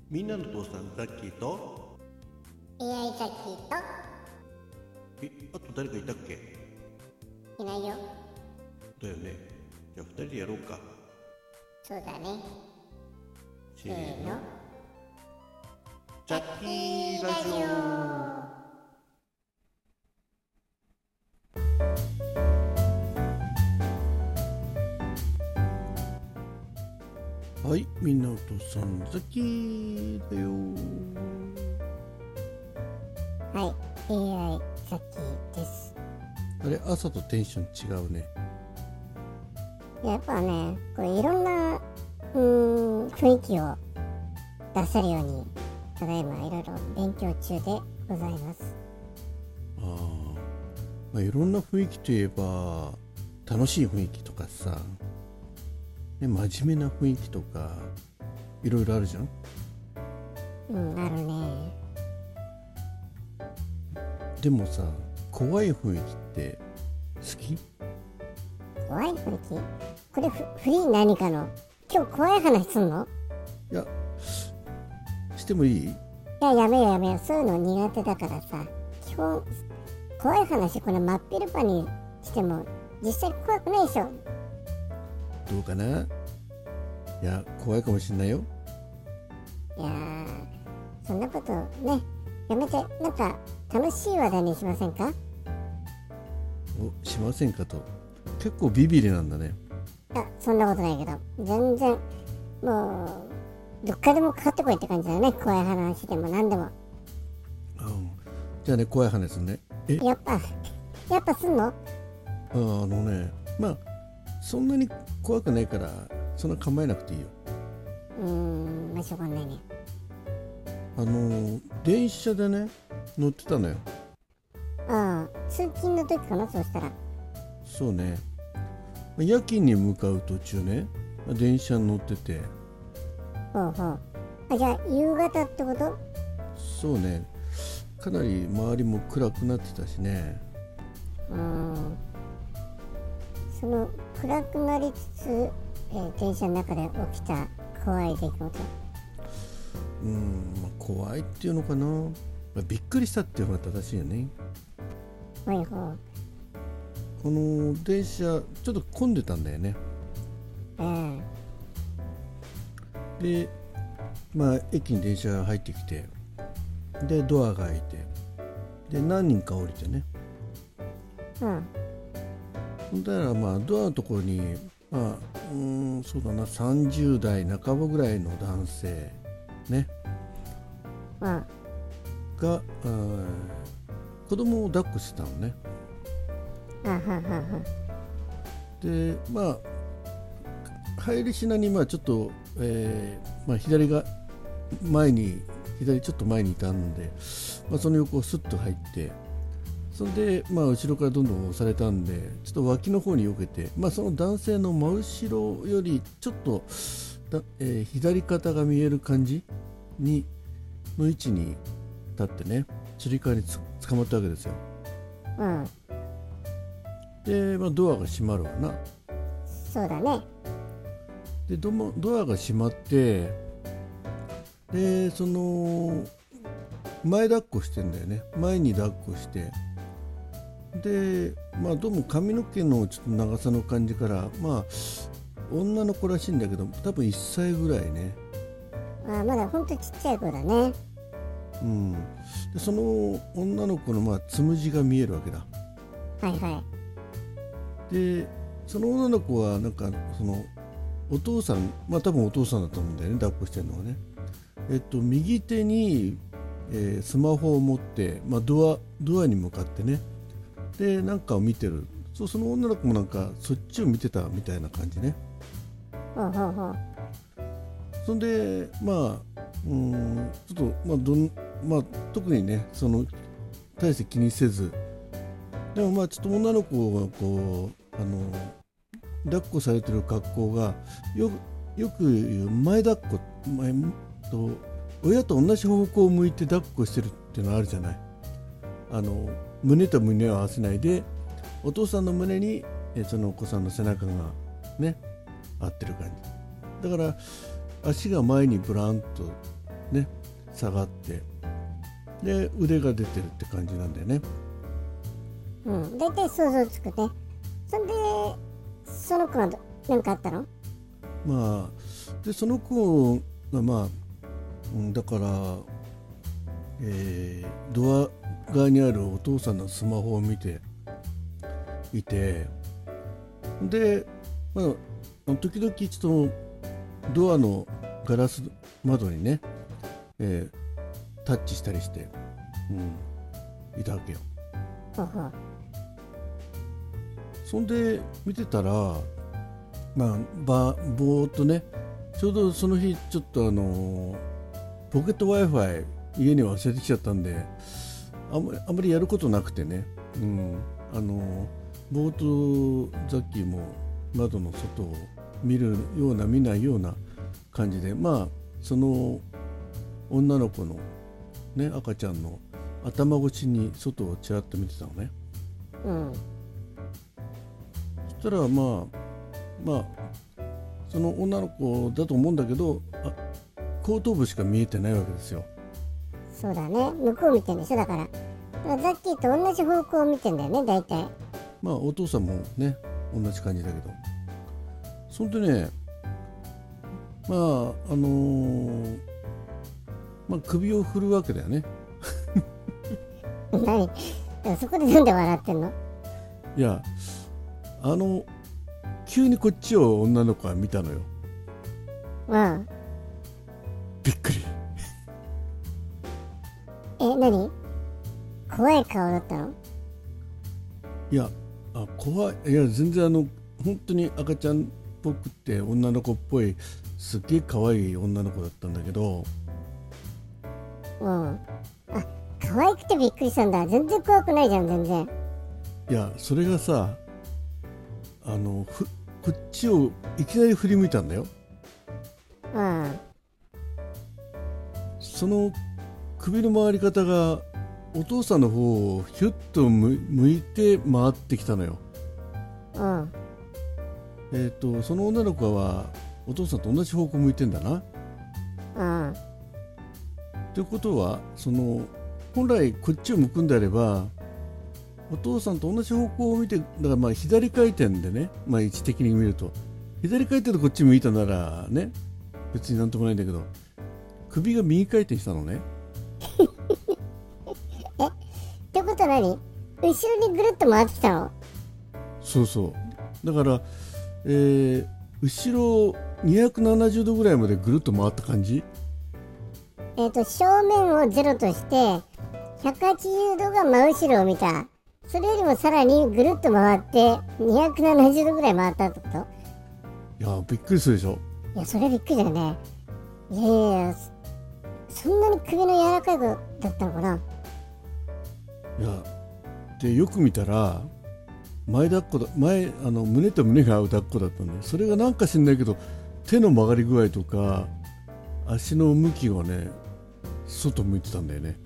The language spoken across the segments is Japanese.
みんなの父さんザッキーと AI ザッキーとあと誰かいたっけ？ いないよ。 だよね。じゃあ2人でやろうか。 そうだね。 せーの、ザッキーラジオ。はい、みんなの父さんザッキーだよ。 はい、AI ザッキーです。 あれ、朝とテンション違うね。 やっぱね、これいろんな雰囲気を出せるようにただいまいろいろ勉強中でございます。 いろんな雰囲気といえば楽しい雰囲気とかさ、ね、真面目な雰囲気とかいろいろあるじゃん。 あるね。 でもさ、怖い雰囲気って好き？ 怖い雰囲気？これフリー何かの今日怖い話すんの？ いや、してもいい？ いや、やめよやめよ、そういうの苦手だからさ。基本怖い話これ真っ昼間にしても実際怖くないでしょ。 どうかな。いや、怖いかもしんないよ。 いやー、そんなことね、やめて、なんか楽しい話題にしませんか？ しませんかと。結構ビビりなんだね。 いや、そんなことないけど、全然もうどっからでもかかってこいって感じだよね。怖い話でも何でも。 じゃあね、怖い話ね。 やっぱすんの？ まあそんなに怖くないからそんな構えなくていいよ。 まあしょうがないね。 電車でね乗ってたのよ。 通勤の時かな、そうしたら。 そうね、夜勤に向かう途中ね、電車に乗ってて。 ほうほう。じゃあ夕方ってこと？ そうね、かなり周りも暗くなってたしね。 その暗くなりつつ、電車の中で起きた怖い出来事。 怖いっていうのかな、びっくりしたっていうのが正しいよね。 はいはい。 この電車ちょっと混んでたんだよね。で、駅に電車が入ってきて、でドアが開いて、で何人か降りてね。だからドアのところにそうだな、30代半ばぐらいの男性ね、が子供を抱っこしてたのね。で入りしなにちょっと、左ちょっと前にいたんで、その横をスッと入って、それで後ろからどんどん押されたんで、ちょっと脇の方に避けて、その男性の真後ろよりちょっと左肩が見える感じの位置に立ってね、つり革に捕まったわけですよ。で、ドアが閉まるわな。 そうだね。 でドアが閉まって、でその前抱っこしてんだよね。前に抱っこして、でどうも髪の毛のちょっと長さの感じから女の子らしいんだけど、多分1歳ぐらいね。 まだほんとちっちゃい子だね。 でその女の子のつむじが見えるわけだ。でその女の子はなんかそのお父さん、多分お父さんだと思うんだよね、抱っこしてるのはね。右手に、スマホを持って、ドアに向かってね、でなんかを見てる。その女の子もなんかそっちを見てたみたいな感じね。そんでちょっと特にね大して気にせず、でもちょっと女の子がこう抱っこされてる格好がよく言う前抱っこ、親と同じ方向を向いて抱っこしてるっていうのあるじゃない。胸と胸を合わせないで、お父さんの胸にそのお子さんの背中がね合ってる感じだから、足が前にブランとね下がってで腕が出てるって感じなんだよね。 大体想像つくね。そんでその子は何かあったの？ まあでその子がだから、ドア側にあるお父さんのスマホを見ていて、で、時々ちょっとドアのガラス窓にね、タッチしたりして、いたわけよ。そんで見てたら、ぼーっとね、ちょうどその日ちょっとポケット Wi-Fi 家に忘れてきちゃったんで、あんまりやることなくてね、ぼーっとザッキーも窓の外を見るような見ないような感じで、その女の子のね赤ちゃんの頭越しに外をちらっと見てたのね。そしたらその女の子だと思うんだけど、後頭部しか見えてないわけですよ。 そうだね、向こう見てるんでしょ。だからザッキーと同じ方向を見てんだよね、大体。 お父さんもね同じ感じだけど、そんでね首を振るわけだよね。 何？そこでなんで笑ってんの？ いや急にこっちを女の子は見たのよ。びっくり。 何？怖い顔だったの？ いや怖い。いや全然本当に赤ちゃんっぽくて女の子っぽいすっげえ可愛い女の子だったんだけど、 可愛くてびっくりしたんだ。全然怖くないじゃん、全然。 いやそれがさこっちをいきなり振り向いたんだよ。その首の回り方がお父さんの方をヒュッと向いて回ってきたのよ。その女の子はお父さんと同じ方向向いてんだな。ということは本来こっちを向くんであればお父さんと同じ方向を見て、だから左回転でね、位置的に見ると左回転でこっち向いたならね別になんともないんだけど、首が右回転したのね。 ってことは何？後ろにぐるっと回ってきたの？ そうだから、後ろ270度ぐらいまでぐるっと回った感じ。 正面をゼロとして180度が真後ろを見た。それよりもさらにぐるっと回って270度ぐらい回ったってこと？ いやびっくりするでしょ。 いやそれびっくりだよね。いやそんなに首の柔らかい子だったのかな。 いやでよく見たら胸と胸が合う抱っこだったんで、それがなんか知んないけど手の曲がり具合とか足の向きがね外向いてたんだよね。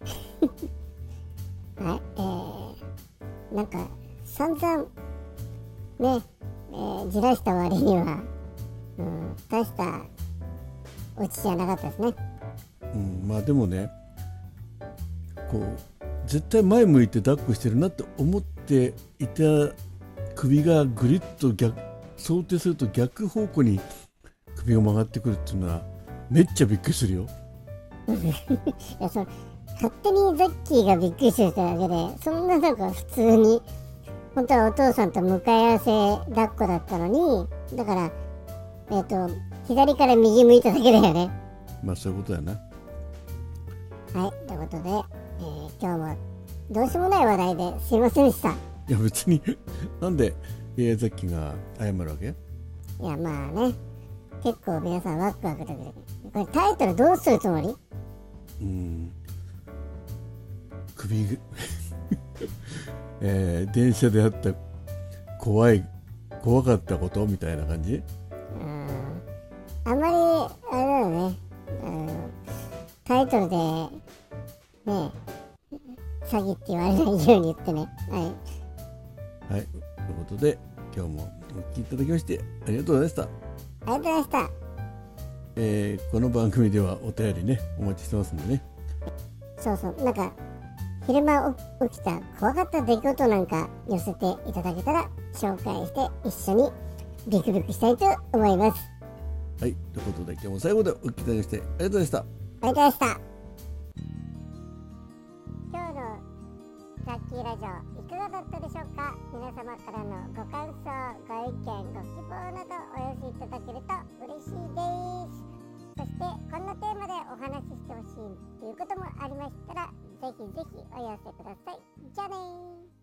なんか散々ね、じらした割には、大したオチじゃなかったですね。 でもね絶対前向いて抱っこしてるなって思っていた首がぐりっと想定すると逆方向に首が曲がってくるっていうのはめっちゃびっくりするよ。 いや勝手にザッキーがびっくりしてただけで、そんななんか普通に本当はお父さんと向かい合わせ抱っこだったのに、だから左から右向いただけだよね。 そういうことだな。 はい、ということで、今日もどうしようもない話題ですいませんでした。 いや別になんでザッキーが謝るわけ？ いやね、結構皆さんワクワクだけど、これタイトルどうするつもり？ 首電車であった怖かったことみたいな感じ？ あんまりあれだよね、タイトルでね詐欺って言われないように言ってね。 はい、ということで今日もお聞きいただきましてありがとうございました。 ありがとうございました。 この番組ではお便りねお待ちしてますんでね。 そうそう、なんか昼間起きた怖かった出来事なんか寄せていただけたら紹介して一緒にビクビクしたいと思います。 はい、ということで今日も最後までお聞きいただきましてありがとうございました。 ありがとうございました。今日のザッキーラジオいかがだったでしょうか。皆様からのご感想、ご意見、ご希望などお寄せいただけると嬉しいです。そしてこんなテーマでお話ししてほしいということもありましたらぜひぜひお寄せください。じゃあねー。